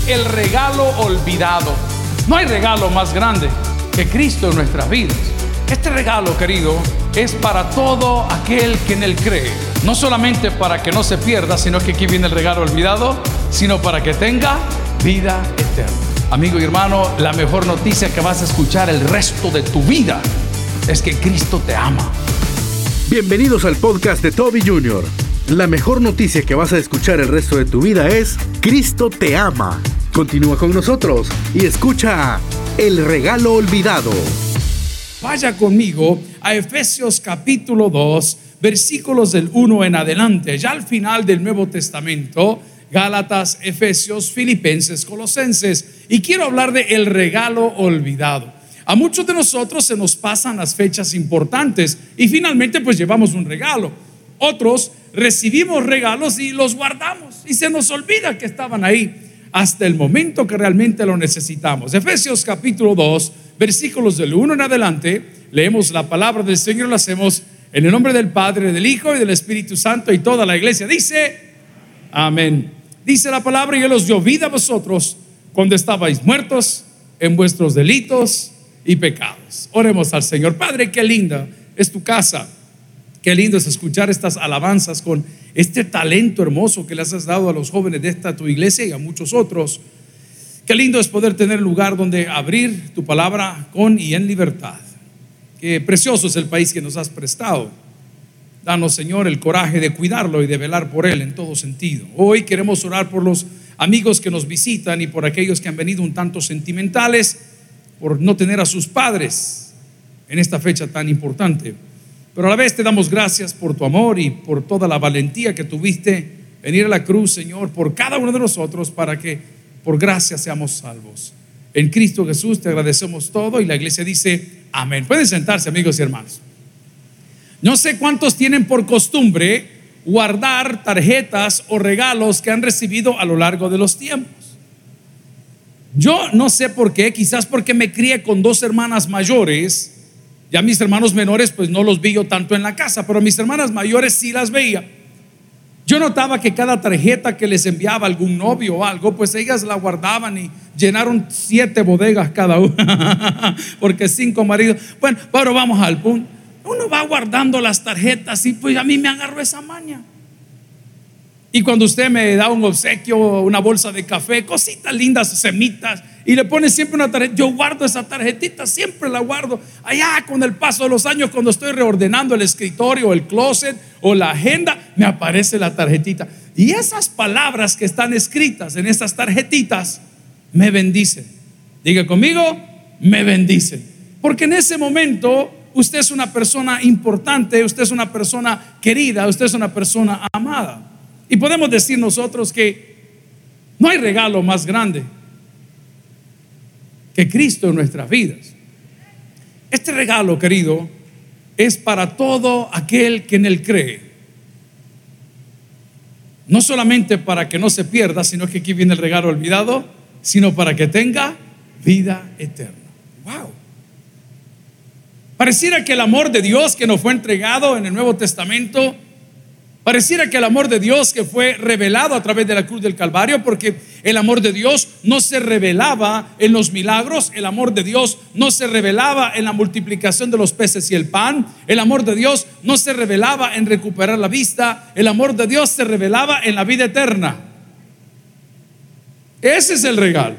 el regalo olvidado. No hay regalo más grande que Cristo en nuestras vidas. Este regalo, querido, es para todo aquel que en Él cree. No solamente para que no se pierda, sino que aquí viene el regalo olvidado, sino para que tenga vida eterna. Amigo y hermano, la mejor noticia que vas a escuchar el resto de tu vida es que Cristo te ama. Bienvenidos al podcast de Toby Jr. La mejor noticia que vas a escuchar el resto de tu vida es Cristo te ama. Continúa con nosotros y escucha El Regalo Olvidado. Vaya conmigo a Efesios capítulo 2, versículos del 1 en adelante. Ya al final del Nuevo Testamento, Gálatas, Efesios, Filipenses, Colosenses. Y quiero hablar de el regalo olvidado. A muchos de nosotros se nos pasan las fechas importantes y finalmente pues llevamos un regalo. Otros recibimos regalos y los guardamos y se nos olvida que estaban ahí hasta el momento que realmente lo necesitamos. Efesios capítulo 2, versículos del 1 en adelante, leemos la palabra del Señor, lo hacemos en el nombre del Padre, del Hijo y del Espíritu Santo, y toda la iglesia dice amén. Dice la palabra: y Él os dio vida a vosotros cuando estabais muertos en vuestros delitos y pecados. Oremos al Señor. Padre, qué linda es tu casa. Qué lindo es escuchar estas alabanzas con este talento hermoso que les has dado a los jóvenes de esta tu iglesia y a muchos otros. Qué lindo es poder tener lugar donde abrir tu palabra con y en libertad. Qué precioso es el país que nos has prestado. Danos, Señor, el coraje de cuidarlo y de velar por él en todo sentido. Hoy queremos orar por los amigos que nos visitan y por aquellos que han venido un tanto sentimentales por no tener a sus padres en esta fecha tan importante. Pero a la vez te damos gracias por tu amor y por toda la valentía que tuviste venir a la cruz, Señor, por cada uno de nosotros, para que por gracia seamos salvos. En Cristo Jesús te agradecemos todo, y la iglesia dice amén. Pueden sentarse, amigos y hermanos. No sé cuántos tienen por costumbre guardar tarjetas o regalos que han recibido a lo largo de los tiempos. Yo no sé por qué, quizás porque me crié con dos hermanas mayores. Ya mis hermanos menores pues no los vi yo tanto en la casa, pero mis hermanas mayores sí las veía. Yo notaba que cada tarjeta que les enviaba algún novio o algo, pues ellas la guardaban y llenaron 7 bodegas cada una porque 5 maridos. Bueno, pero vamos al punto. Uno va guardando las tarjetas y pues a mí me agarró esa maña. Y cuando usted me da un obsequio, una bolsa de café, cositas lindas, semitas, y le pone siempre una tarjeta, yo guardo esa tarjetita, siempre la guardo. Allá con el paso de los años, cuando estoy reordenando el escritorio, el closet o la agenda, me aparece la tarjetita. Y esas palabras que están escritas en esas tarjetitas me bendicen. Diga conmigo, me bendicen. Porque en ese momento usted es una persona importante, usted es una persona querida, usted es una persona amada. Y podemos decir nosotros que no hay regalo más grande que Cristo en nuestras vidas. Este regalo, querido, es para todo aquel que en Él cree. No solamente para que no se pierda, sino que aquí viene el regalo olvidado, sino para que tenga vida eterna. Wow. Pareciera que el amor de Dios que nos fue entregado en el Nuevo Testamento, pareciera que el amor de Dios que fue revelado a través de la cruz del Calvario, porque el amor de Dios no se revelaba en los milagros, el amor de Dios no se revelaba en la multiplicación de los peces y el pan, el amor de Dios no se revelaba en recuperar la vista, el amor de Dios se revelaba en la vida eterna. Ese es el regalo.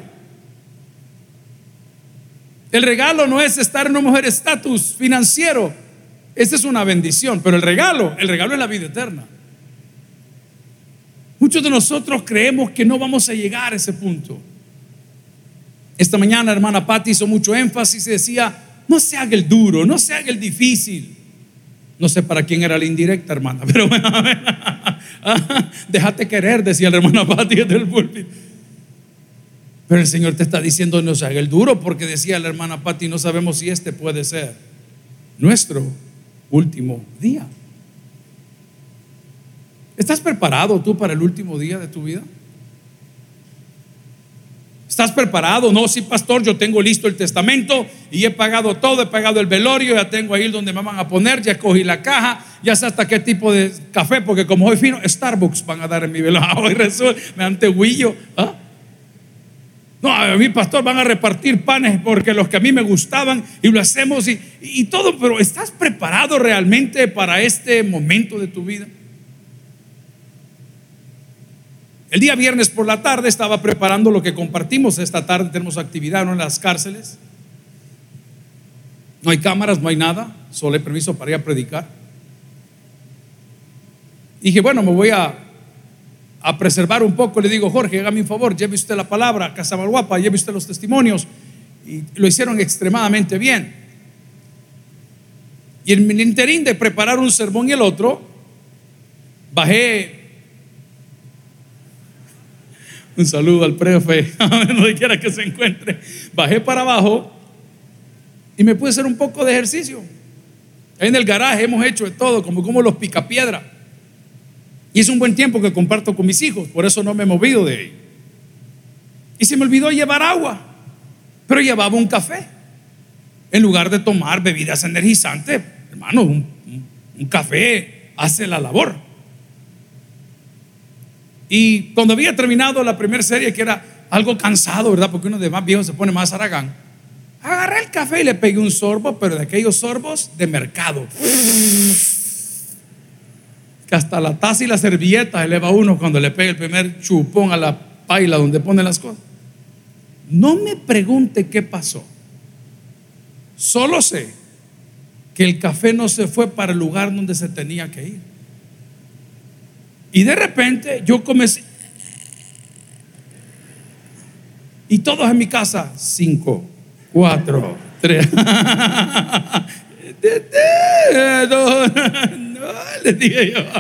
El regalo no es estar en un mejor estatus financiero. Esa es una bendición, pero el regalo es la vida eterna. Muchos de nosotros creemos que no vamos a llegar a ese punto. Esta mañana hermana Patti hizo mucho énfasis y decía: no se haga el duro, no se haga el difícil. No sé para quién era la indirecta, hermana, pero bueno, déjate querer, decía la hermana Patti desde el púlpito. Pero el Señor te está diciendo: no se haga el duro, porque decía la hermana Patti, no sabemos si este puede ser nuestro último día. ¿Estás preparado tú para el último día de tu vida? ¿Estás preparado? No, sí, pastor, yo tengo listo el testamento y he pagado todo, he pagado el velorio, ya tengo ahí donde me van a poner, ya cogí la caja, ya sé hasta qué tipo de café, porque como hoy fino, Starbucks van a dar en mi velorio. Hoy resulta, me antehuillo. a mí, pastor, van a repartir panes porque los que a mí me gustaban y lo hacemos y todo, pero ¿estás preparado realmente para este momento de tu vida? El día viernes por la tarde estaba preparando lo que compartimos. Esta tarde tenemos actividad, ¿no?, en las cárceles. No hay cámaras, no hay nada, solo hay permiso para ir a predicar. Dije, bueno, me voy a preservar un poco. Le digo, Jorge, hágame un favor, lleve usted la palabra a Casa Malguapa, lleve usted los testimonios. Y lo hicieron extremadamente bien. Y en el interín de preparar un sermón y el otro, bajé. Un saludo al prefe, donde quiera que se encuentre. Bajé para abajo y me pude hacer un poco de ejercicio. Ahí en el garaje hemos hecho de todo, como los picapiedra. Y es un buen tiempo que comparto con mis hijos, por eso no me he movido de ahí. Y se me olvidó llevar agua, pero llevaba un café. En lugar de tomar bebidas energizantes, hermano, un café hace la labor. Y cuando había terminado la primera serie, que era algo cansado, ¿verdad? Porque uno de más viejo se pone más haragán. Agarré el café y le pegué un sorbo, pero de aquellos sorbos de mercado. Que hasta la taza y la servilleta eleva uno cuando le pega el primer chupón a la paila donde ponen las cosas. No me pregunte qué pasó. Solo sé que el café no se fue para el lugar donde se tenía que ir. Y de repente yo comencé. Y todos en mi casa, 5, 4, 3. No, les dije yo.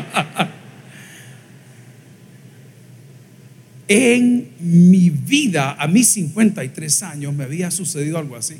En mi vida, a mis 53 años, me había sucedido algo así.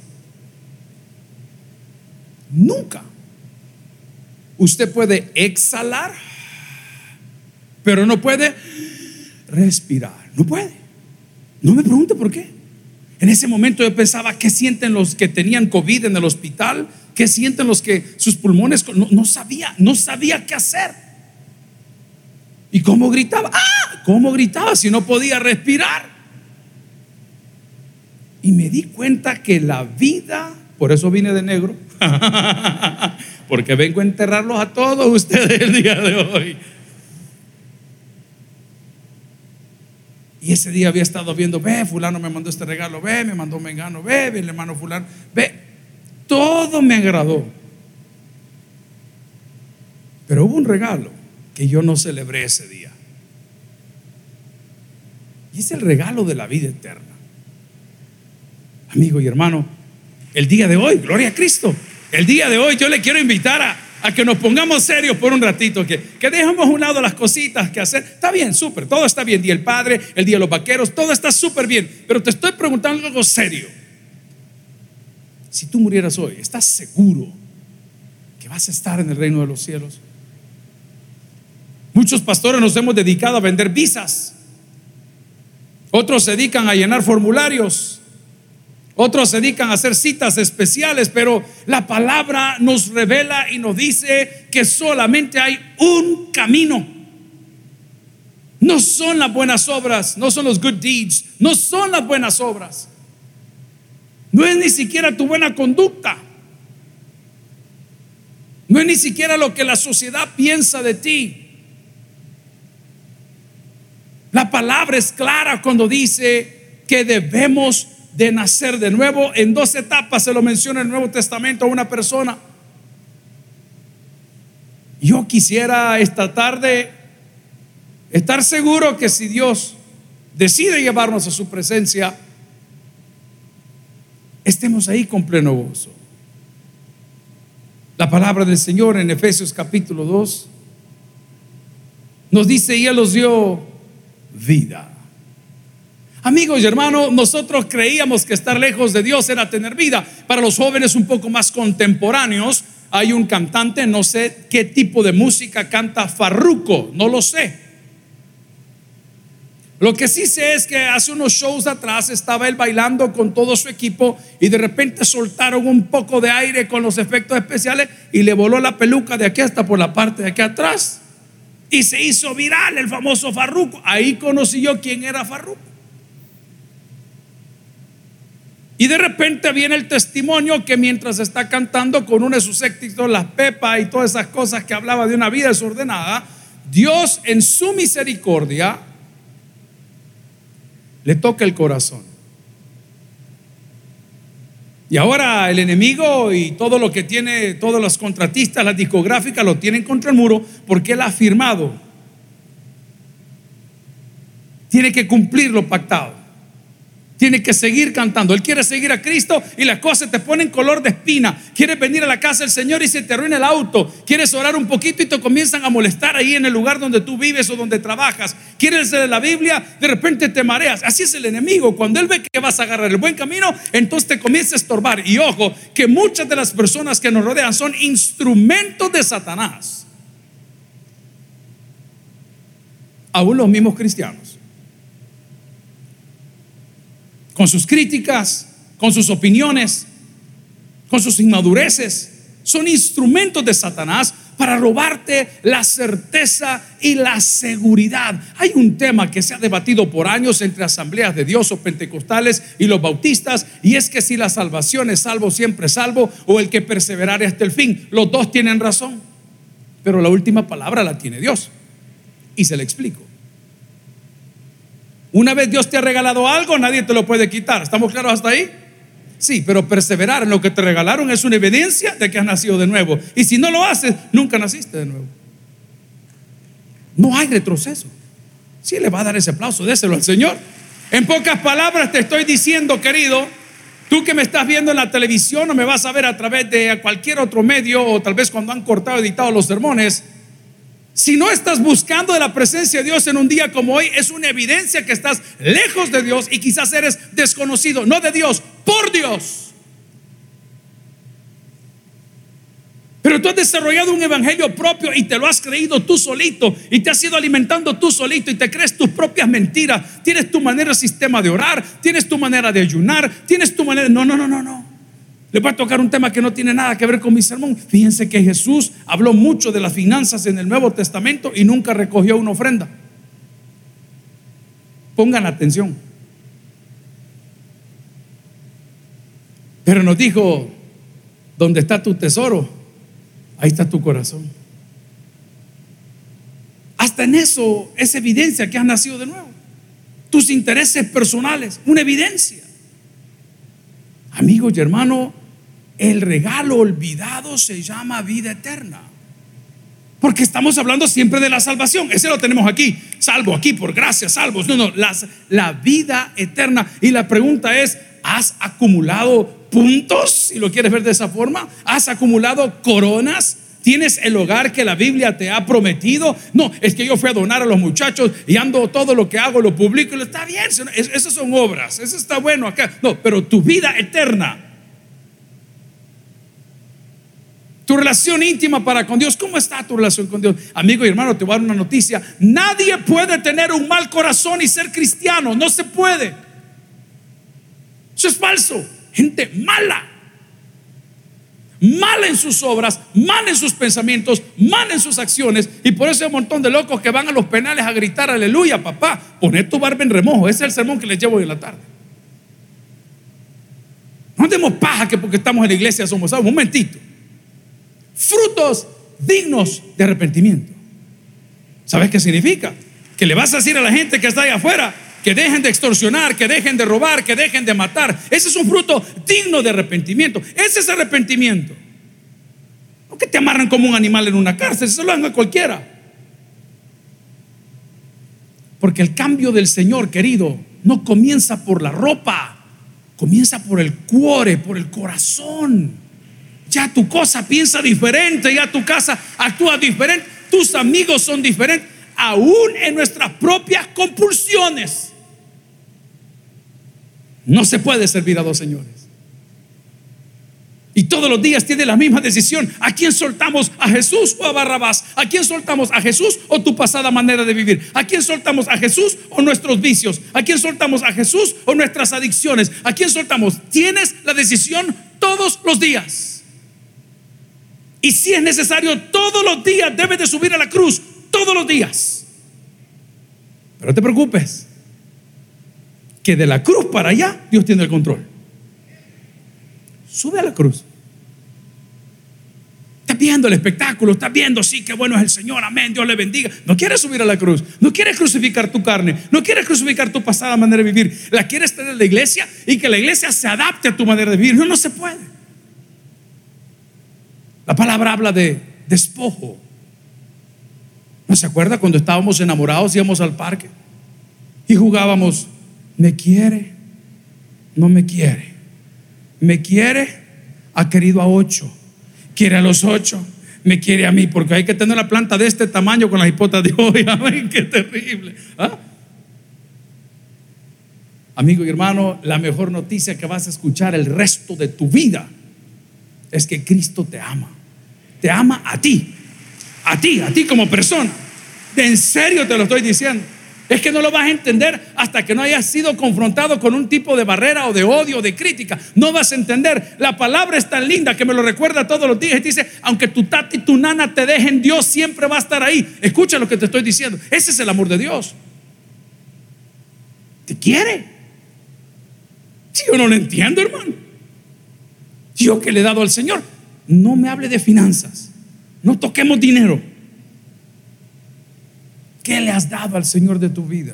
Nunca. Usted puede exhalar, pero no puede respirar. No puede. No me pregunte por qué. En ese momento yo pensaba, ¿qué sienten los que tenían COVID en el hospital? ¿Qué sienten los que sus pulmones? No sabía qué hacer. ¿Y cómo gritaba? ¿Cómo gritaba si no podía respirar? Y me di cuenta que la vida, por eso vine de negro, porque vengo a enterrarlos a todos ustedes el día de hoy. Y ese día había estado viendo, ve, fulano me mandó este regalo, ve, me mandó mengano, ve, el hermano fulano, ve, todo me agradó. Pero hubo un regalo que yo no celebré ese día. Y es el regalo de la vida eterna. Amigo y hermano, el día de hoy, gloria a Cristo, el día de hoy yo le quiero invitar a que nos pongamos serios por un ratito, que dejemos a un lado las cositas que hacer. Está bien, súper, todo está bien. Día del Padre, el Día de los Vaqueros, todo está súper bien. Pero te estoy preguntando algo serio. Si tú murieras hoy, ¿estás seguro que vas a estar en el reino de los cielos? Muchos pastores nos hemos dedicado a vender visas. Otros se dedican a llenar formularios. Otros se dedican a hacer citas especiales, pero la palabra nos revela y nos dice que solamente hay un camino. No son las buenas obras, no son los good deeds, no son las buenas obras. No es ni siquiera tu buena conducta. No es ni siquiera lo que la sociedad piensa de ti. La palabra es clara cuando dice que debemos de nacer de nuevo. En 2 etapas se lo menciona en el Nuevo Testamento a una persona. Yo quisiera esta tarde estar seguro que si Dios decide llevarnos a su presencia, estemos ahí con pleno gozo. La palabra del Señor en Efesios capítulo 2 nos dice: y Él os dio vida. Amigos y hermanos, nosotros creíamos que estar lejos de Dios era tener vida. Para los jóvenes un poco más contemporáneos, hay un cantante, no sé qué tipo de música canta, Farruko, no lo sé. Lo que sí sé es que hace unos shows atrás estaba él bailando con todo su equipo y de repente soltaron un poco de aire con los efectos especiales y le voló la peluca de aquí hasta por la parte de aquí atrás y se hizo viral el famoso Farruko. Ahí conocí yo quién era Farruko. Y de repente viene el testimonio que mientras está cantando con uno de sus éxitos, las pepas y todas esas cosas que hablaba de una vida desordenada, Dios en su misericordia le toca el corazón. Y ahora el enemigo y todo lo que tiene, todos los contratistas, las discográficas lo tienen contra el muro porque él ha firmado. Tiene que cumplir lo pactado. Tiene que seguir cantando. Él quiere seguir a Cristo y las cosas te ponen color de espina. Quieres venir a la casa del Señor y se te arruina el auto. Quieres orar un poquito y te comienzan a molestar ahí en el lugar donde tú vives o donde trabajas. Quieres leer la Biblia, de repente te mareas. Así es el enemigo. Cuando él ve que vas a agarrar el buen camino, entonces te comienza a estorbar. Y ojo, que muchas de las personas que nos rodean son instrumentos de Satanás. Aún los mismos cristianos, con sus críticas, con sus opiniones, con sus inmadureces, son instrumentos de Satanás para robarte la certeza y la seguridad. Hay un tema que se ha debatido por años entre asambleas de Dios o pentecostales y los bautistas, y es que si la salvación es salvo siempre salvo, o el que perseverare hasta el fin. Los dos tienen razón, pero la última palabra la tiene Dios, y se le explico. Una vez Dios te ha regalado algo, nadie te lo puede quitar. ¿Estamos claros hasta ahí? Sí, pero perseverar en lo que te regalaron es una evidencia de que has nacido de nuevo. Y si no lo haces, nunca naciste de nuevo. No hay retroceso. Si le va a dar ese aplauso, déselo al Señor. En pocas palabras te estoy diciendo, querido, tú que me estás viendo en la televisión o me vas a ver a través de cualquier otro medio, o tal vez cuando han cortado y editado los sermones, si no estás buscando de la presencia de Dios en un día como hoy, es una evidencia que estás lejos de Dios y quizás eres desconocido, no de Dios, por Dios. Pero tú has desarrollado un evangelio propio y te lo has creído tú solito y te has ido alimentando tú solito y te crees tus propias mentiras. Tienes tu manera, sistema de orar, tienes tu manera de ayunar, tienes tu manera. No. Les voy a tocar un tema que no tiene nada que ver con mi sermón. Fíjense que Jesús habló mucho de las finanzas en el Nuevo Testamento y nunca recogió una ofrenda. Pongan atención. Pero nos dijo: donde está tu tesoro, ahí está tu corazón. Hasta en eso es evidencia que has nacido de nuevo. Tus intereses personales, una evidencia. Amigos y hermanos, el regalo olvidado se llama vida eterna. Porque estamos hablando siempre de la salvación. Ese lo tenemos aquí. Salvo aquí por gracia, salvos. No, la vida eterna. Y la pregunta es: ¿has acumulado puntos? Si lo quieres ver de esa forma. ¿Has acumulado coronas? ¿Tienes el hogar que la Biblia te ha prometido? No, es que yo fui a donar a los muchachos y ando, todo lo que hago lo publico. Está bien, esas son obras. Eso está bueno acá. No, pero tu vida eterna, tu relación íntima para con Dios, ¿cómo está tu relación con Dios? Amigo y hermano, te voy a dar una noticia. Nadie puede tener un mal corazón y ser cristiano. No se puede. Eso es falso. Gente mala en sus obras, mal en sus pensamientos, mal en sus acciones. Y por eso hay un montón de locos que van a los penales a gritar: aleluya, papá, poné tu barba en remojo. Ese es el sermón que les llevo hoy en la tarde. No demos paja que porque estamos en la iglesia somos salvos. Un momentito. Frutos dignos de arrepentimiento. ¿Sabes qué significa? Que le vas a decir a la gente que está ahí afuera que dejen de extorsionar, que dejen de robar, que dejen de matar. Ese es un fruto digno de arrepentimiento. Ese es arrepentimiento. No que te amarran como un animal en una cárcel. Eso lo haga cualquiera. Porque el cambio del Señor, querido, no comienza por la ropa, comienza por el cuore, por el corazón. Ya tu cosa piensa diferente, ya tu casa actúa diferente, tus amigos son diferentes, aún en nuestras propias compulsiones. No se puede servir a dos señores. Y todos los días tiene la misma decisión: ¿a quién soltamos? ¿A Jesús o a Barrabás? ¿A quién soltamos? ¿A Jesús o tu pasada manera de vivir? ¿A quién soltamos? ¿A Jesús o nuestros vicios? ¿A quién soltamos? ¿A Jesús o nuestras adicciones? ¿A quién soltamos? Tienes la decisión todos los días. Y si es necesario, todos los días debes de subir a la cruz. Todos los días. Pero no te preocupes, que de la cruz para allá Dios tiene el control. Sube a la cruz. Estás viendo el espectáculo, estás viendo, sí, qué bueno es el Señor, amén, Dios le bendiga. No quieres subir a la cruz, no quieres crucificar tu carne, no quieres crucificar tu pasada manera de vivir. La quieres tener en la iglesia y que la iglesia se adapte a tu manera de vivir. No, no se puede. La palabra habla de despojo. ¿No se acuerda cuando estábamos enamorados, íbamos al parque y jugábamos? ¿Me quiere? No me quiere. ¿Me quiere? Ha querido a 8. Quiere a los 8, me quiere a mí, porque hay que tener la planta de este tamaño con las hipotas de hoy. Amén, qué terrible. ¿Ah? Amigo y hermano, la mejor noticia que vas a escuchar el resto de tu vida es que Cristo te ama. Te ama a ti como persona. En serio te lo estoy diciendo. Es que no lo vas a entender hasta que no hayas sido confrontado con un tipo de barrera o de odio o de crítica. No vas a entender. La palabra es tan linda que me lo recuerda todos los días y te dice: aunque tu tata y tu nana te dejen, Dios siempre va a estar ahí. Escucha lo que te estoy diciendo. Ese es el amor de Dios. Te quiere. Si yo no lo entiendo, hermano. Yo que le he dado al Señor, no me hable de finanzas, no toquemos dinero. ¿Qué le has dado al Señor de tu vida?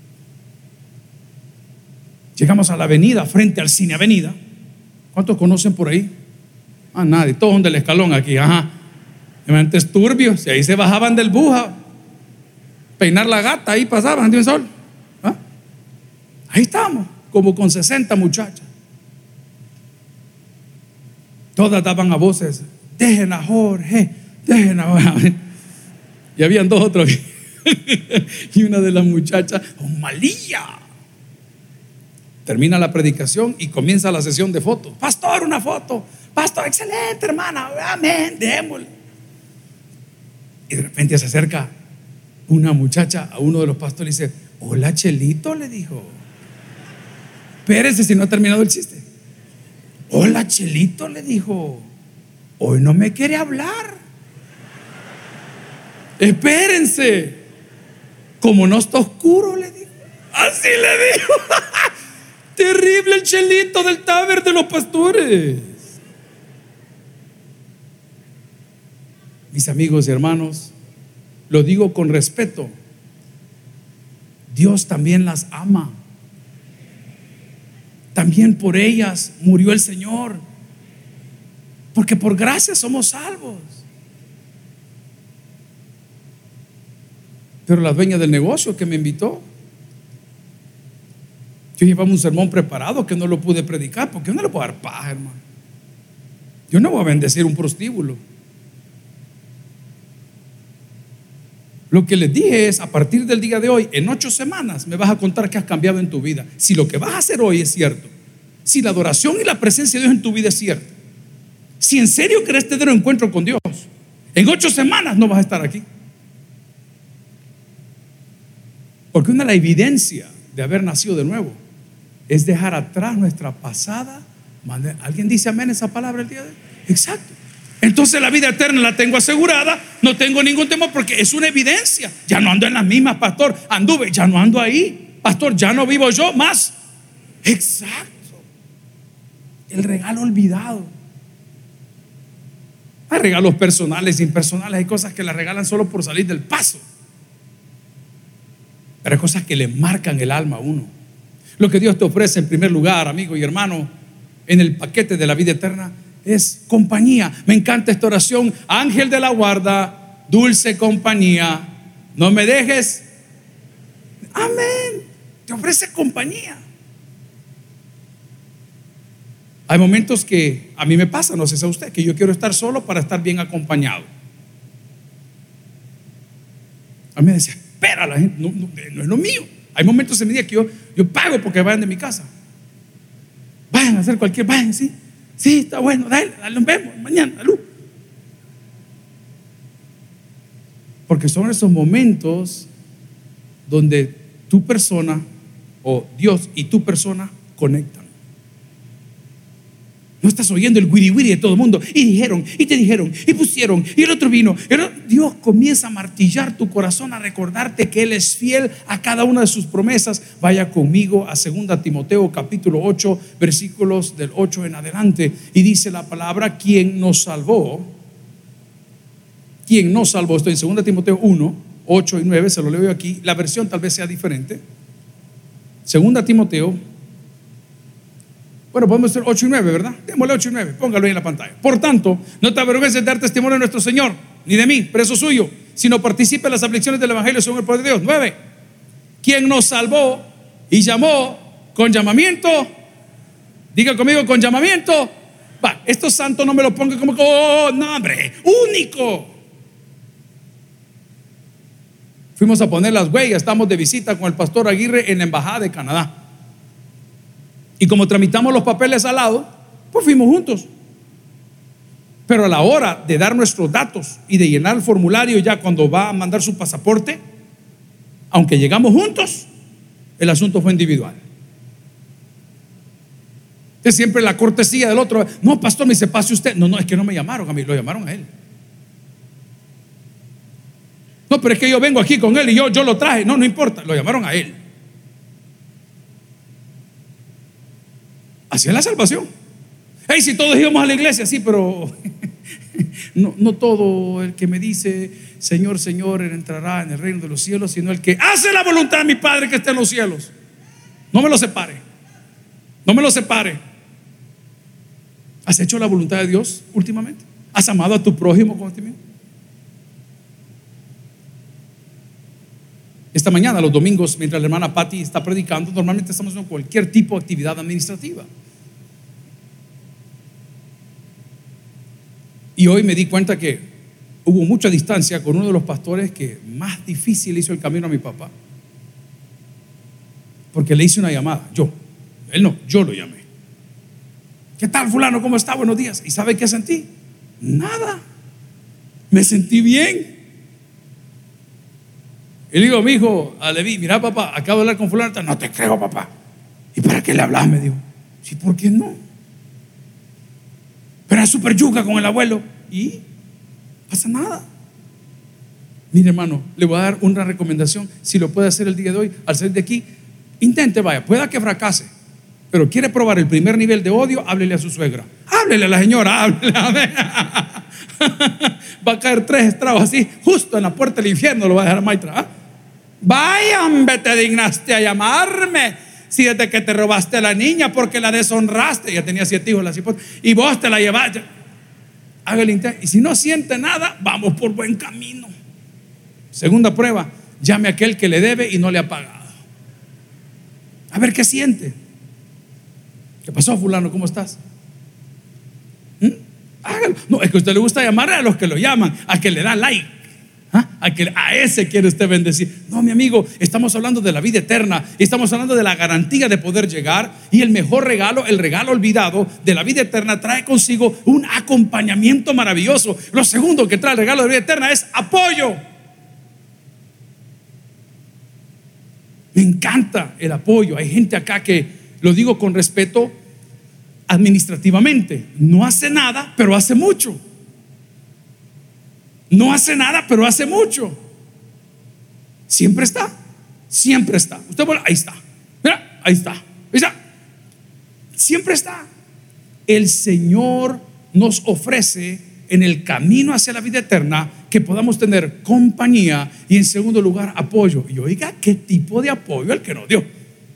Llegamos a la avenida, frente al cine Avenida. ¿Cuántos conocen por ahí? Nadie, todos son del escalón aquí. Ajá. Antes turbios, y ahí se bajaban del buja, peinar la gata, ahí pasaban de un sol. ¿Ah? Ahí estamos, como con 60 muchachas. Todas daban a voces: dejen a Jorge, dejen a Jorge. Y habían 2 otros. Y una de las muchachas, malía. Termina la predicación y comienza la sesión de fotos. Pastor, una foto. Pastor, excelente, hermana, amén, démosle. Y de repente se acerca una muchacha a uno de los pastores y dice: hola, Chelito, le dijo. Espérese si no ha terminado el chiste. Hola, Chelito, le dijo. Hoy no me quiere hablar. Espérense. Como no está oscuro, le dijo. Así le dijo. Terrible el Chelito del Taber de los pastores. Mis amigos y hermanos, lo digo con respeto. Dios también las ama. También por ellas murió el Señor. Porque por gracia somos salvos. Pero la dueña del negocio que me invitó, yo llevaba un sermón preparado que no lo pude predicar, porque yo no le puedo dar paja, hermano. Yo no voy a bendecir un prostíbulo. Lo que les dije es: a partir del día de hoy, en 8 semanas me vas a contar qué has cambiado en tu vida. Si lo que vas a hacer hoy es cierto, si la adoración y la presencia de Dios en tu vida es cierta, si en serio querés tener un encuentro con Dios, en 8 semanas no vas a estar aquí. Porque una de las evidencias de haber nacido de nuevo es dejar atrás nuestra pasada manera. ¿Alguien dice amén esa palabra el día de hoy? Exacto. Entonces la vida eterna la tengo asegurada, no tengo ningún temor, porque es una evidencia. Ya no ando en las mismas, pastor. Anduve, ya no ando ahí. Pastor, ya no vivo yo más. Exacto. El regalo olvidado. Hay regalos personales, impersonales. Hay cosas que las regalan solo por salir del paso. Pero hay cosas que le marcan el alma a uno. Lo que Dios te ofrece en primer lugar, amigo y hermano, en el paquete de la vida eterna, es compañía. Me encanta esta oración: ángel de la guarda, dulce compañía, no me dejes. Amén. Te ofrece compañía. Hay momentos que a mí me pasa, no sé si a usted, que yo quiero estar solo para estar bien acompañado. A mí me decía: espera, la gente, no es lo mío. Hay momentos en mi día que yo pago porque vayan de mi casa. Vayan a hacer vayan, sí, está bueno, dale, nos vemos mañana, luz. Porque son esos momentos donde tu persona, o Dios y tu persona, conectan. No estás oyendo el wiri wiri de todo el mundo. Y dijeron, y te dijeron, y pusieron, y el otro vino. Dios comienza a martillar tu corazón, a recordarte que Él es fiel a cada una de sus promesas. Vaya conmigo a 2 Timoteo capítulo 8, versículos del 8 en adelante. Y dice la palabra: quien nos salvó. Estoy en 2 Timoteo 1, 8 y 9. Se lo leo aquí. La versión tal vez sea diferente. 2 Timoteo. Bueno, podemos hacer 8 y 9, ¿verdad? Démosle 8 y 9, póngalo ahí en la pantalla. Por tanto, no te avergüences de dar testimonio de nuestro Señor, ni de mí, preso suyo, sino participe en las aflicciones del Evangelio según el poder de Dios. 9. Quien nos salvó y llamó con llamamiento. Diga conmigo, con llamamiento. Va, estos santos no me lo pongan como, oh, no, hombre, único. Fuimos a poner las huellas, estamos de visita con el pastor Aguirre en la embajada de Canadá. Y como tramitamos los papeles al lado, pues fuimos juntos. Pero a la hora de dar nuestros datos y de llenar el formulario, ya cuando va a mandar su pasaporte, aunque llegamos juntos, el asunto fue individual. Es siempre la cortesía del otro. No, pastor, me dice, pase usted. No, es que no me llamaron a mí, lo llamaron a él. No, pero es que yo vengo aquí con él y yo lo traje. No importa, lo llamaron a él. Así es la salvación. Hey, si todos íbamos a la iglesia, sí, pero no todo el que me dice Señor, Señor, Él entrará en el reino de los cielos, sino el que hace la voluntad de mi Padre que está en los cielos. No me lo separe. No me lo separe. ¿Has hecho la voluntad de Dios últimamente? ¿Has amado a tu prójimo como a ti mismo? Esta mañana, los domingos, mientras la hermana Patti está predicando, normalmente estamos haciendo cualquier tipo de actividad administrativa. Y hoy me di cuenta que hubo mucha distancia con uno de los pastores que más difícil hizo el camino a mi papá. Porque le hice una llamada, él no, yo lo llamé. ¿Qué tal, fulano? ¿Cómo está? Buenos días. ¿Y sabe qué sentí? Nada. Me sentí bien. Y le digo a mi hijo, a Leví, mira papá, acabo de hablar con fulano. No te creo, papá. ¿Y para qué le hablas? Me dijo. Sí, ¿por qué no? Pero es súper yuca con el abuelo. ¿Y? Pasa nada. Mire, hermano, le voy a dar una recomendación. Si lo puede hacer el día de hoy, al salir de aquí, intente, vaya, pueda que fracase, pero quiere probar el primer nivel de odio, háblele a su suegra. Háblele a la señora, háblele a ver. Va a caer 3 estragos así, justo en la puerta del infierno lo va a dejar Maitra. ¿Ah? Vaya, hombre, te dignaste a llamarme. Si desde que te robaste a la niña porque la deshonraste, ya tenía 7 hijos la cipote, y vos te la llevaste. Haga el intento. Y si no siente nada, vamos por buen camino. Segunda prueba, llame a aquel que le debe y no le ha pagado. A ver qué siente. ¿Qué pasó, fulano? ¿Cómo estás? Hágalo. No, es que a usted le gusta llamar a los que lo llaman, a que le da like, a ese quiere usted bendecir. No, mi amigo, estamos hablando de la vida eterna, estamos hablando de la garantía de poder llegar. Y el mejor regalo, el regalo olvidado de la vida eterna, trae consigo un acompañamiento maravilloso. Lo segundo que trae el regalo de la vida eterna es apoyo. Me encanta el apoyo. Hay gente acá que, lo digo con respeto, administrativamente no hace nada, pero hace mucho. No hace nada, pero hace mucho. Siempre está. Usted vuelve, ahí está. Mira, ahí está. Siempre está. El Señor nos ofrece en el camino hacia la vida eterna que podamos tener compañía y, en segundo lugar, apoyo. Y oiga, ¿qué tipo de apoyo el que nos dio?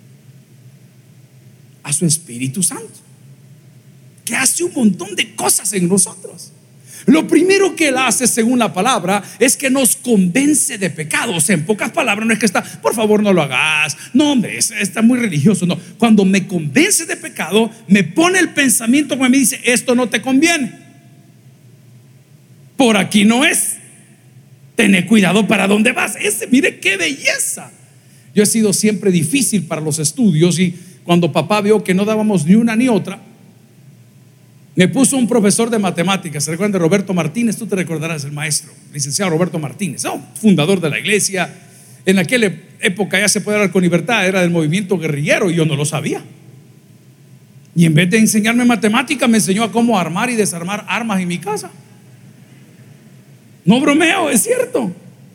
A su Espíritu Santo, que hace un montón de cosas en nosotros. Lo primero que Él hace, según la palabra, es que nos convence de pecado. O sea, en pocas palabras, no es que está, por favor no lo hagas, no hombre, está muy religioso. No, cuando me convence de pecado, me pone el pensamiento que me dice, esto no te conviene, por aquí no es, tené cuidado para dónde vas. Mire qué belleza. Yo he sido siempre difícil para los estudios, y cuando papá vio que no dábamos ni una ni otra, me puso un profesor de matemáticas. ¿Se recuerdan de Roberto Martínez? Tú te recordarás, el maestro, licenciado Roberto Martínez, fundador de la iglesia. En aquella época ya se puede hablar con libertad, era del movimiento guerrillero y yo no lo sabía. Y en vez de enseñarme matemáticas, me enseñó a cómo armar y desarmar armas en mi casa. No bromeo, es cierto.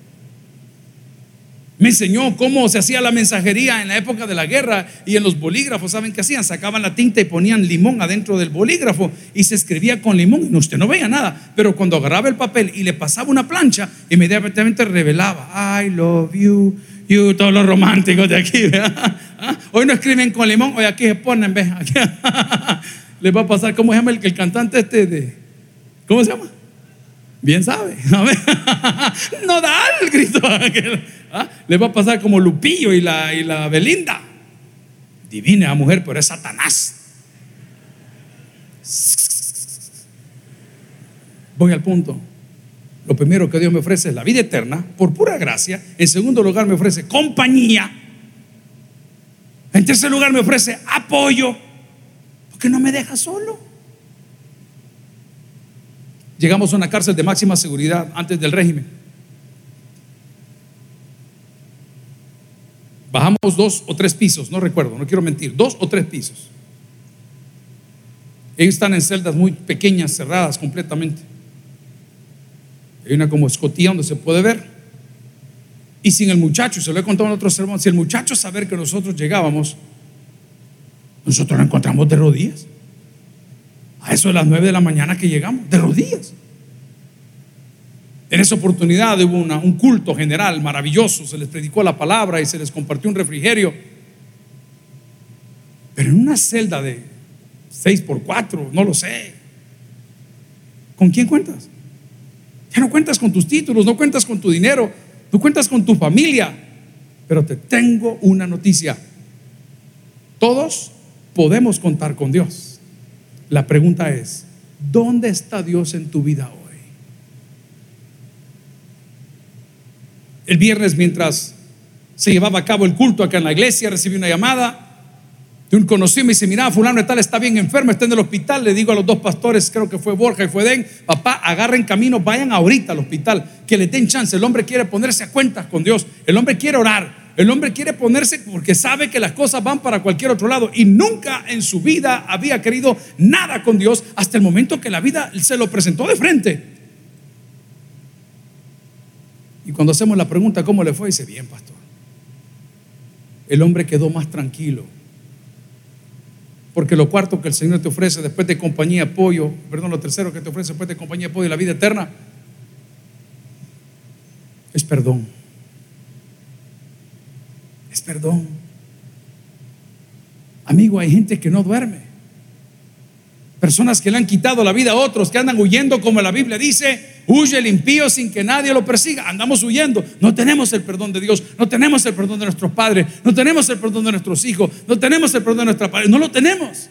Me enseñó cómo se hacía la mensajería en la época de la guerra. Y en los bolígrafos, ¿saben qué hacían? Sacaban la tinta y ponían limón adentro del bolígrafo y se escribía con limón. Y usted no veía nada, pero cuando agarraba el papel y le pasaba una plancha, inmediatamente revelaba I love you, you, todos los románticos de aquí, ¿verdad? Hoy no escriben con limón, hoy aquí se ponen, ¿ves? Aquí. Les va a pasar, ¿cómo se llama el cantante ¿cómo se llama? Bien sabe. No da el grito. Le va a pasar como Lupillo y la Belinda. Divina mujer, pero es Satanás. Voy al punto. Lo primero que Dios me ofrece es la vida eterna por pura gracia. En segundo lugar me ofrece compañía. En tercer lugar me ofrece apoyo, porque no me deja solo. Llegamos a una cárcel de máxima seguridad antes del régimen. Bajamos 2 o 3 pisos, no recuerdo, no quiero mentir, 2 o 3 pisos. Ellos están en celdas muy pequeñas, cerradas completamente. Hay una como escotilla donde se puede ver. Y sin el muchacho, se lo he contado en otros sermones, si el muchacho saber que nosotros llegábamos, nosotros lo encontramos de rodillas. A eso de las 9 de la mañana que llegamos, de rodillas. En esa oportunidad hubo un culto general maravilloso, se les predicó la palabra y se les compartió un refrigerio. Pero en una celda de 6x4, no lo sé, ¿con quién cuentas? Ya no cuentas con tus títulos, no cuentas con tu dinero, tú cuentas con tu familia. Pero te tengo una noticia: todos podemos contar con Dios. La pregunta es, ¿dónde está Dios en tu vida hoy? El viernes, mientras se llevaba a cabo el culto acá en la iglesia, recibí una llamada de un conocido. Me dice: mira, fulano de tal está bien enfermo, está en el hospital. Le digo a los 2 pastores, creo que fue Borja y fue Den: papá, agarren camino, vayan ahorita al hospital, que le den chance. El hombre quiere ponerse a cuentas con Dios, el hombre quiere orar, el hombre quiere ponerse, porque sabe que las cosas van para cualquier otro lado y nunca en su vida había querido nada con Dios hasta el momento que la vida se lo presentó de frente. Y cuando hacemos la pregunta ¿cómo le fue? Dice: bien, pastor. El hombre quedó más tranquilo, porque lo cuarto que el Señor te ofrece después de compañía, apoyo, lo tercero que te ofrece después de compañía, apoyo y la vida eterna es perdón. Es perdón. Amigo, hay gente que no duerme, personas que le han quitado la vida a otros, que andan huyendo, como la Biblia dice: huye el impío sin que nadie lo persiga. Andamos huyendo, no tenemos el perdón de Dios, no tenemos el perdón de nuestros padres, no tenemos el perdón de nuestros hijos, no tenemos el perdón de nuestra pareja, no lo tenemos.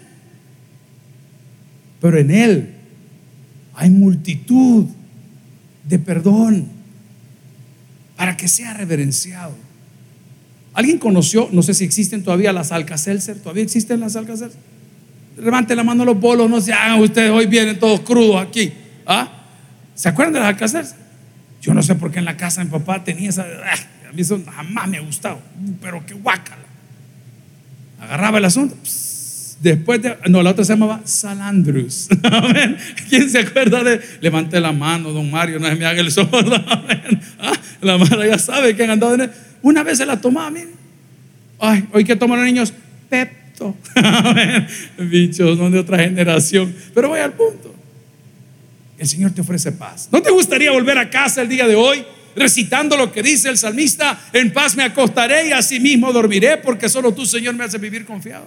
Pero en Él hay multitud de perdón para que sea reverenciado. ¿Alguien conoció, no sé si existen todavía, las Alka-Seltzer? ¿Todavía existen las Alka-Seltzer? Levante la mano los bolos, no se hagan ustedes, hoy vienen todos crudos aquí. ¿Se acuerdan de las Alka-Seltzer? Yo no sé por qué en la casa de mi papá tenía esa. A mí eso jamás me ha gustado, pero qué guácala. Agarraba el asunto. Después la otra se llamaba Salandrus. ¿Quién se acuerda de? Levante la mano, don Mario, no se me haga el sordo. La mano ya sabe que han andado en él. Una vez se la tomaba, miren. Ay, hoy que toman los niños Pepto. Bichos, son de otra generación. Pero voy al punto. El Señor te ofrece paz. ¿No te gustaría volver a casa el día de hoy recitando lo que dice el salmista? En paz me acostaré y asimismo dormiré, porque solo tú, Señor, me haces vivir confiado.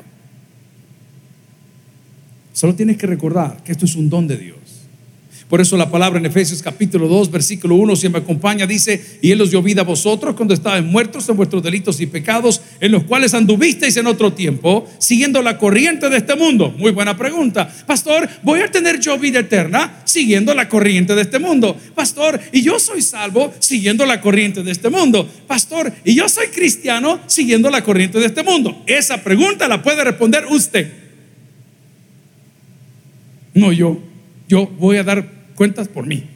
Solo tienes que recordar que esto es un don de Dios. Por eso la palabra en Efesios capítulo 2 versículo 1, si me acompaña, dice: y Él os dio vida a vosotros cuando estaban muertos en vuestros delitos y pecados, en los cuales anduvisteis en otro tiempo, siguiendo la corriente de este mundo. Muy buena pregunta. Pastor, ¿voy a tener yo vida eterna siguiendo la corriente de este mundo? Pastor, ¿y yo soy salvo siguiendo la corriente de este mundo? Pastor, ¿y yo soy cristiano siguiendo la corriente de este mundo? Esa pregunta la puede responder usted, no yo. Yo voy a dar cuentas por mí.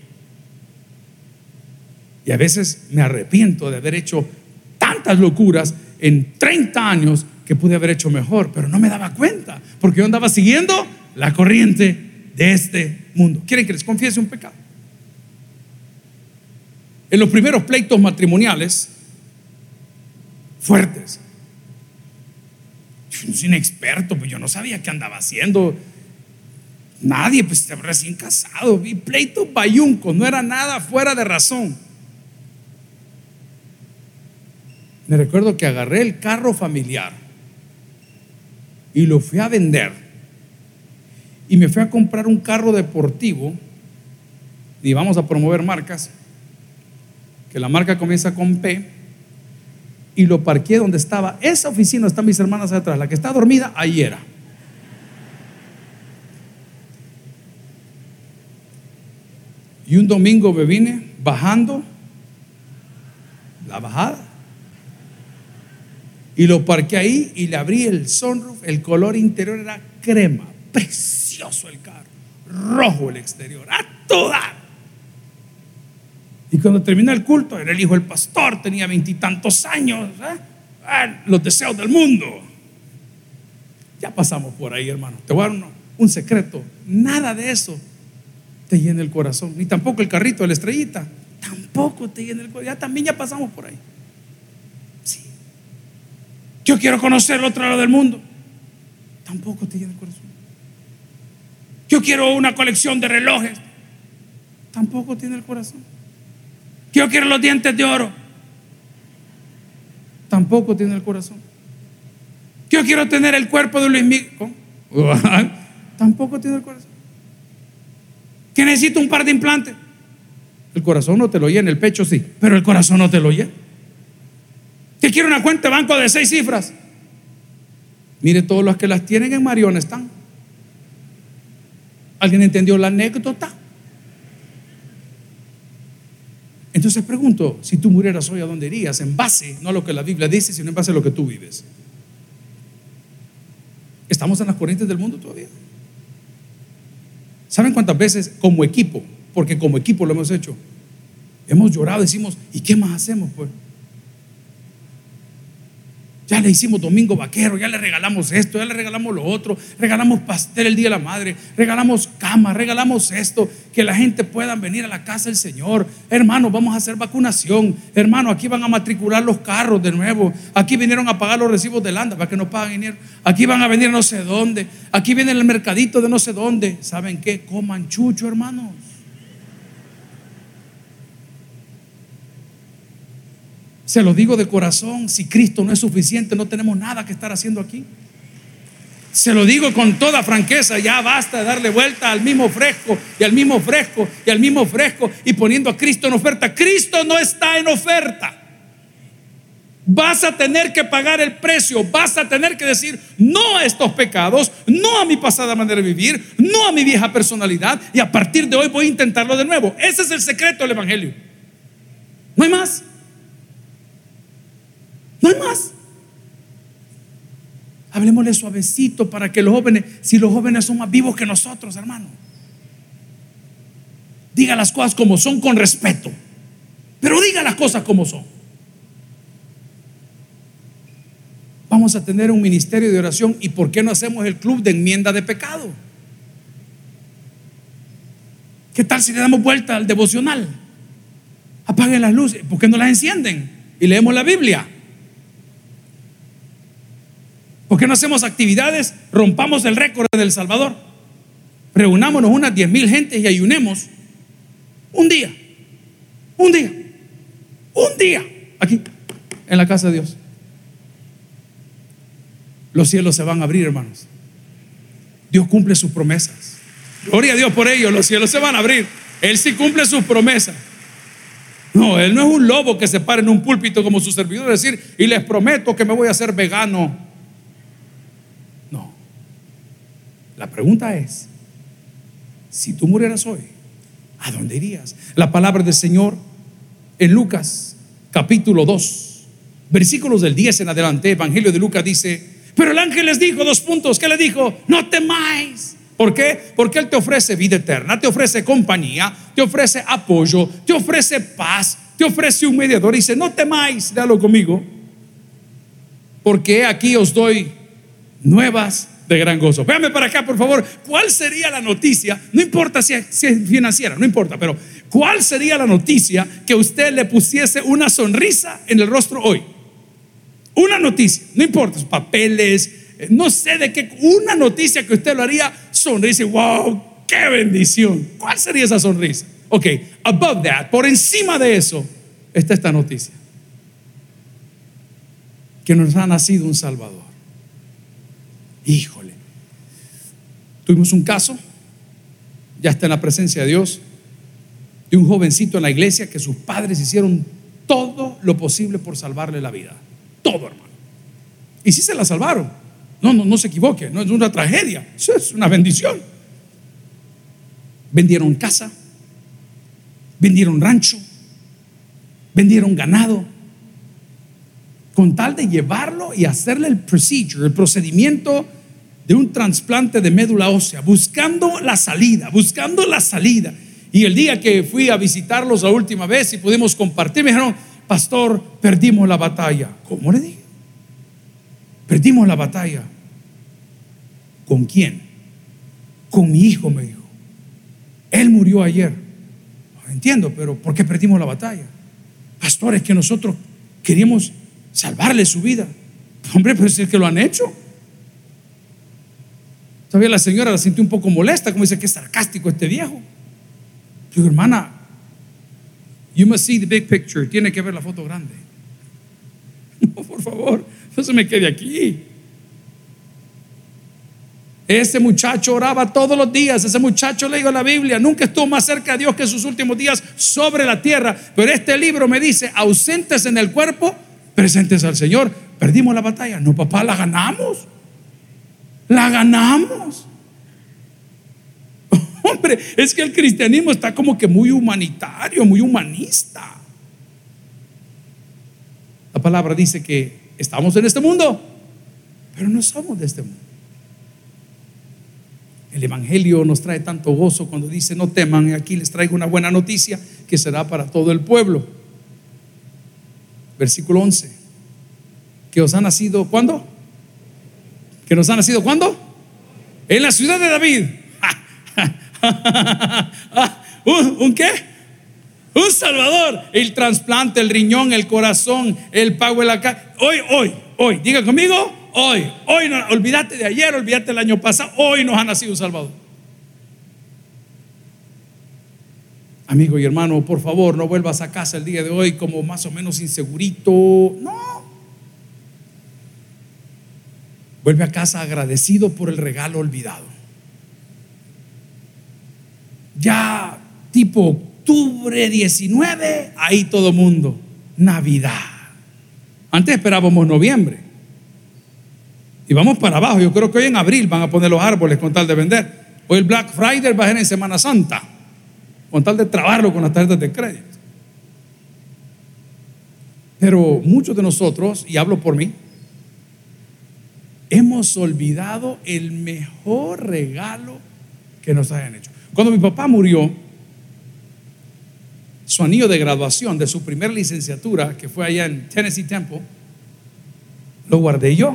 Y a veces me arrepiento de haber hecho tantas locuras en 30 años que pude haber hecho mejor, pero no me daba cuenta, porque yo andaba siguiendo la corriente de este mundo. ¿Quieren que les confiese un pecado? En los primeros pleitos matrimoniales fuertes, yo soy inexperto, pues yo no sabía qué andaba haciendo. Nadie, pues estaba recién casado. Y pleitos bayuncos, no era nada fuera de razón. Me recuerdo que agarré el carro familiar y lo fui a vender, y me fui a comprar un carro deportivo, y vamos a promover marcas, que la marca comienza con P, y lo parqué donde estaba esa oficina. Están mis hermanas atrás, la que está dormida, ahí era. Y un domingo me vine bajando la bajada y lo parqué ahí y le abrí el sunroof. El color interior era crema, precioso el carro, rojo el exterior, a toda. Y cuando terminó el culto, era el hijo del pastor, tenía 20 y tantos años, los deseos del mundo. Ya pasamos por ahí, hermano. Te voy a dar un secreto: nada de eso te llena el corazón, ni tampoco el carrito de la estrellita, tampoco te llena el corazón. Ya pasamos por ahí. Sí. Yo quiero conocer el otro lado del mundo, tampoco te llena el corazón. Yo quiero una colección de relojes, tampoco tiene el corazón. Yo quiero los dientes de oro, tampoco tiene el corazón. Yo quiero tener el cuerpo de Luis Miguel, tampoco tiene el corazón. Que necesito un par de implantes, el corazón no te lo llena, el pecho sí, pero el corazón no te lo llena. Que quiero una cuenta de banco de 6 cifras, mire, todos los que las tienen en Mariona están. ¿Alguien entendió la anécdota? Entonces pregunto: si tú murieras hoy, ¿a dónde irías? En base, no a lo que la Biblia dice, sino en base a lo que tú vives. ¿Estamos en las corrientes del mundo todavía? ¿Saben cuántas veces como equipo, porque como equipo lo hemos hecho, hemos llorado, decimos: ¿y qué más hacemos pues? Ya le hicimos domingo vaquero, ya le regalamos esto, ya le regalamos lo otro, regalamos pastel el día de la madre, regalamos cama, regalamos esto, que la gente pueda venir a la casa del Señor. Hermano, vamos a hacer vacunación. Hermano, aquí van a matricular los carros de nuevo. Aquí vinieron a pagar los recibos de Landa para que no paguen dinero. Aquí van a venir no sé dónde. Aquí viene el mercadito de no sé dónde. ¿Saben qué? Coman chucho, hermanos. Se lo digo de corazón: si Cristo no es suficiente, no tenemos nada que estar haciendo aquí. Se lo digo con toda franqueza: ya basta de darle vuelta al mismo fresco y al mismo fresco y al mismo fresco y poniendo a Cristo en oferta. Cristo no está en oferta. Vas a tener que pagar el precio, vas a tener que decir no a estos pecados, no a mi pasada manera de vivir, no a mi vieja personalidad, y a partir de hoy voy a intentarlo de nuevo. Ese es el secreto del evangelio. No hay más. No hay más. Hablemosle suavecito para que los jóvenes, si los jóvenes son más vivos que nosotros, hermano, diga las cosas como son, con respeto, pero diga las cosas como son. Vamos a tener un ministerio de oración, y ¿por qué no hacemos el club de enmienda de pecado? ¿Qué tal si le damos vuelta al devocional? Apaguen las luces, ¿por qué no las encienden? Y leemos la Biblia. ¿Por qué no hacemos actividades? Rompamos el récord en El Salvador. Reunámonos unas 10,000 gentes y ayunemos un día, aquí en la casa de Dios. Los cielos se van a abrir, hermanos. Dios cumple sus promesas. Gloria a Dios por ello. Los cielos se van a abrir. Él sí cumple sus promesas. No, Él no es un lobo que se para en un púlpito como su servidor y decir: y les prometo que me voy a hacer vegano. No. La pregunta es: si tú murieras hoy, ¿a dónde irías? La palabra del Señor en Lucas capítulo 2, versículos del 10 en adelante, Evangelio de Lucas, dice: pero el ángel les dijo, ¿qué le dijo? No temáis. ¿Por qué? Porque Él te ofrece vida eterna, te ofrece compañía, te ofrece apoyo, te ofrece paz, te ofrece un mediador. Dice: no temáis, léalo conmigo, porque aquí os doy nuevas de gran gozo. Véame para acá, por favor. ¿Cuál sería la noticia? No importa si es financiera, no importa, pero ¿cuál sería la noticia que usted le pusiese una sonrisa en el rostro hoy? Una noticia, no importa, sus papeles, no sé de qué, una noticia que usted lo haría sonrisa. Wow, qué bendición. ¿Cuál sería esa sonrisa? Ok, above that, por encima de eso, está esta noticia: que nos ha nacido un Salvador. Híjole, tuvimos un caso, ya está en la presencia de Dios, de un jovencito en la iglesia que sus padres hicieron todo lo posible por salvarle la vida. Todo, hermano. Y sí se la salvaron. No se equivoque, no es una tragedia, eso es una bendición. Vendieron casa, vendieron rancho, vendieron ganado, con tal de llevarlo y hacerle el procedimiento de un trasplante de médula ósea, buscando la salida. Y el día que fui a visitarlos la última vez y pudimos compartir, me dijeron: pastor, perdimos la batalla. ¿Cómo le dije? Perdimos la batalla. ¿Con quién? Con mi hijo, me dijo. Él murió ayer. No entiendo, pero ¿por qué perdimos la batalla? Pastor, es que nosotros queríamos salvarle su vida. Hombre, pero es que lo han hecho. Todavía la señora la sintió un poco molesta, como dice: qué sarcástico este viejo. Digo: hermana, you must see the big picture. Tiene que ver la foto grande. No, por favor, no se me quede aquí. Ese muchacho oraba todos los días. Ese muchacho leyó la Biblia. Nunca estuvo más cerca de Dios que en sus últimos días sobre la tierra. Pero este libro me dice: ausentes en el cuerpo, presentes al Señor. Perdimos la batalla. No, papá, la ganamos. La ganamos. Hombre, es que el cristianismo está como que muy humanitario, muy humanista. La palabra dice que estamos en este mundo, pero no somos de este mundo. El evangelio nos trae tanto gozo cuando dice: no teman, y aquí les traigo una buena noticia que será para todo el pueblo. Versículo 11: que os ha nacido, ¿cuándo? Que nos ha nacido, ¿cuándo? En la ciudad de David. ¿Un qué? Un Salvador. El trasplante, el riñón, el corazón, el pago de la cara. Hoy, diga conmigo: hoy no, olvídate de ayer, olvídate del año pasado. Hoy nos ha nacido un Salvador. Amigo y hermano, por favor, no vuelvas a casa el día de hoy como más o menos insegurito. No. Vuelve a casa agradecido por el regalo olvidado. Ya tipo octubre 19, ahí todo mundo, Navidad. Antes esperábamos noviembre y vamos para abajo. Yo creo que hoy en abril van a poner los árboles con tal de vender. Hoy el Black Friday va a ser en Semana Santa, con tal de trabarlo con las tarjetas de crédito. Pero muchos de nosotros, y hablo por mí, hemos olvidado el mejor regalo que nos hayan hecho. Cuando mi papá murió, su anillo de graduación de su primer licenciatura, que fue allá en Tennessee Temple, lo guardé yo.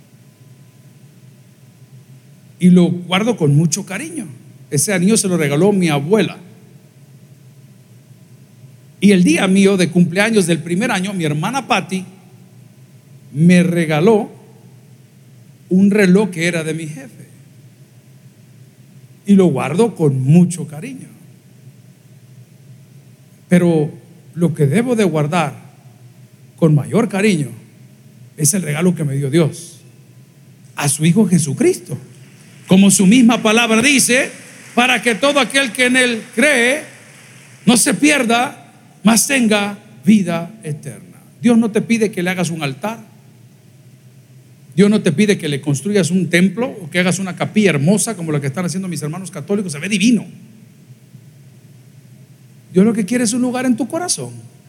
Y lo guardo con mucho cariño. Ese anillo se lo regaló mi abuela. Y el día mío de cumpleaños del primer año, mi hermana Patty me regaló un reloj que era de mi jefe. Y lo guardo con mucho cariño. Pero lo que debo de guardar con mayor cariño es el regalo que me dio Dios a su Hijo Jesucristo. Como su misma palabra dice: para que todo aquel que en Él cree no se pierda, mas tenga vida eterna. Dios no te pide que le hagas un altar. Dios no te pide que le construyas un templo o que hagas una capilla hermosa como la que están haciendo mis hermanos católicos. Se ve divino. Dios lo que quiere es un lugar en tu corazón,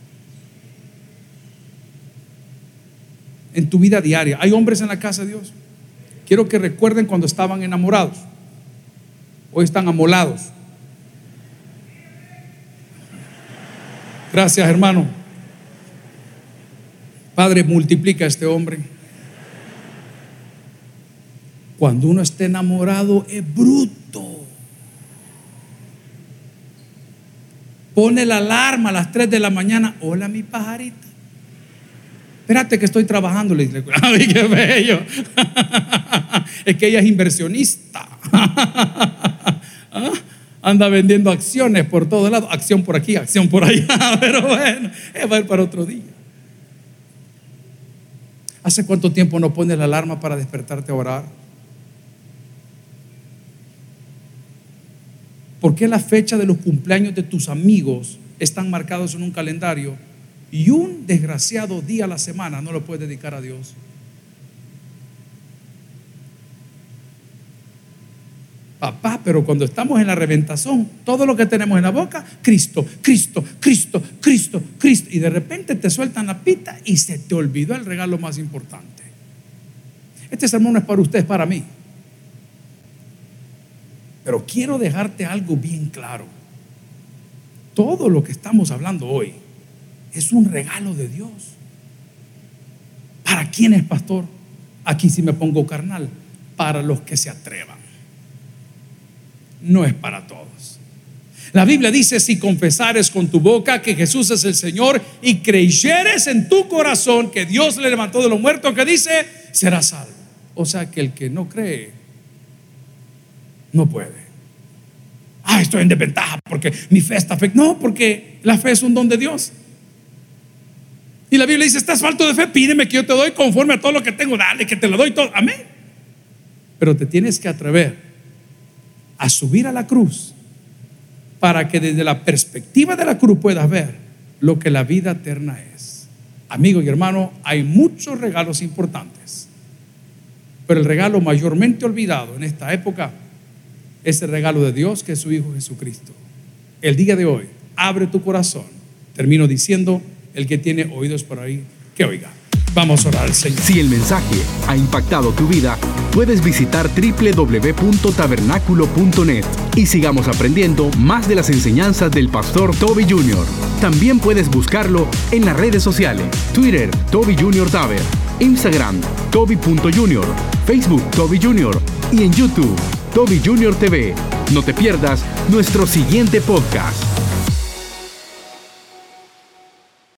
en tu vida diaria. Hay hombres en la casa de Dios. Quiero que recuerden cuando estaban enamorados. Hoy están amolados. Gracias, hermano. Padre, multiplica a este hombre. Cuando uno está enamorado es bruto. Pone la alarma a las 3 de la mañana. Hola, mi pajarita. Espérate que estoy trabajando. Le dice, ¡ay, qué bello! Es que ella es inversionista. Anda vendiendo acciones por todos lados. Acción por aquí, acción por allá. Pero bueno, va a ir para otro día. ¿Hace cuánto tiempo no pones la alarma para despertarte a orar? ¿Por qué la fecha de los cumpleaños de tus amigos están marcados en un calendario y un desgraciado día a la semana no lo puedes dedicar a Dios? Papá, pero cuando estamos en la reventazón, todo lo que tenemos en la boca, Cristo, Cristo, Cristo, Cristo, Cristo. Y de repente te sueltan la pita y se te olvidó el regalo más importante. Este sermón no es para usted, es para mí. Pero quiero dejarte algo bien claro. Todo lo que estamos hablando hoy es un regalo de Dios. ¿Para quién es, pastor? Aquí sí me pongo carnal. Para los que se atrevan. No es para todos. La Biblia dice: si confesares con tu boca que Jesús es el Señor y creyeres en tu corazón que Dios le levantó de los muertos, que dice, serás salvo. O sea que el que no cree no puede. Estoy en desventaja porque mi fe está fe. No, porque la fe es un don de Dios. Y la Biblia dice: estás falto de fe, pídeme que yo te doy conforme a todo lo que tengo. Dale, que te lo doy todo. Amén. Pero te tienes que atrever a subir a la cruz para que desde la perspectiva de la cruz puedas ver lo que la vida eterna es. Amigo y hermano, hay muchos regalos importantes, pero el regalo mayormente olvidado en esta época es el regalo de Dios, que es su Hijo Jesucristo. El día de hoy, abre tu corazón. Termino diciendo: el que tiene oídos por ahí, que oiga. Vamos a orar al Señor. Si el mensaje ha impactado tu vida, puedes visitar www.tabernaculo.net y sigamos aprendiendo más de las enseñanzas del pastor Toby Jr. También puedes buscarlo en las redes sociales: Twitter, Toby Jr. Taber, Instagram, Toby.Jr., Facebook, Toby Jr. y en YouTube, Toby Jr. TV. No te pierdas nuestro siguiente podcast.